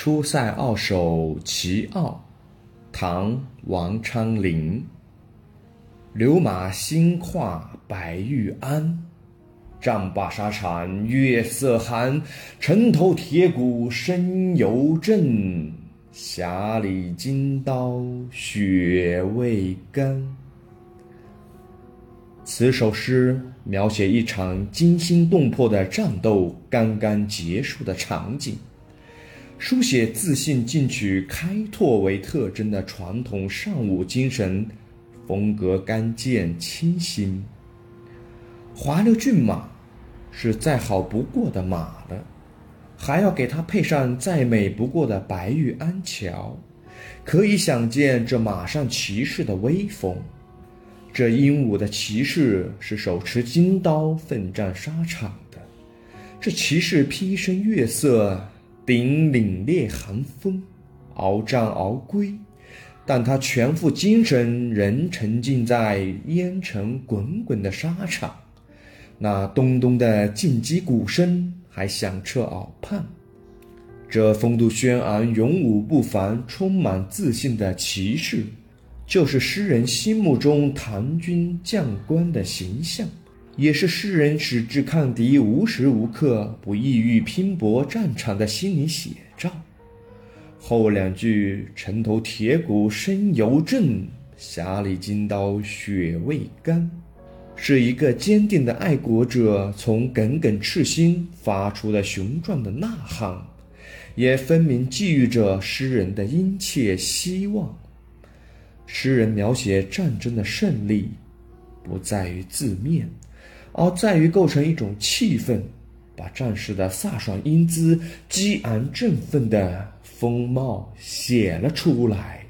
出塞奥首其奥，唐王昌龄。流马新跨白玉鞍，丈八沙铲月色寒。城头铁骨声犹震，匣里金刀血未干。此首诗描写一场惊心动魄的战斗刚刚结束的场景，书写自信进取开拓为特征的传统尚武精神，风格刚健清新。滑溜骏马是再好不过的马了，还要给它配上再美不过的白玉鞍桥，可以想见这马上骑士的威风。这英武的骑士是手持金刀奋战沙场的，这骑士披身月色，顶凛冽寒风，鏖战鏖归，但他全副精神仍沉浸在烟尘滚滚的沙场，那咚咚的劲击鼓声还响彻耳畔。这风度轩昂、勇武不凡、充满自信的骑士，就是诗人心目中唐军将官的形象，也是诗人矢志抗敌、无时无刻不意欲拼搏战场的心理写照。后两句城头铁骨声犹震，匣里金刀血未干，是一个坚定的爱国者从耿耿赤心发出的雄壮的呐喊，也分明寄予着诗人的殷切希望。诗人描写战争的胜利，不在于字面，而在于构成一种气氛，把战士的飒爽英姿、激昂振奋的风貌写了出来。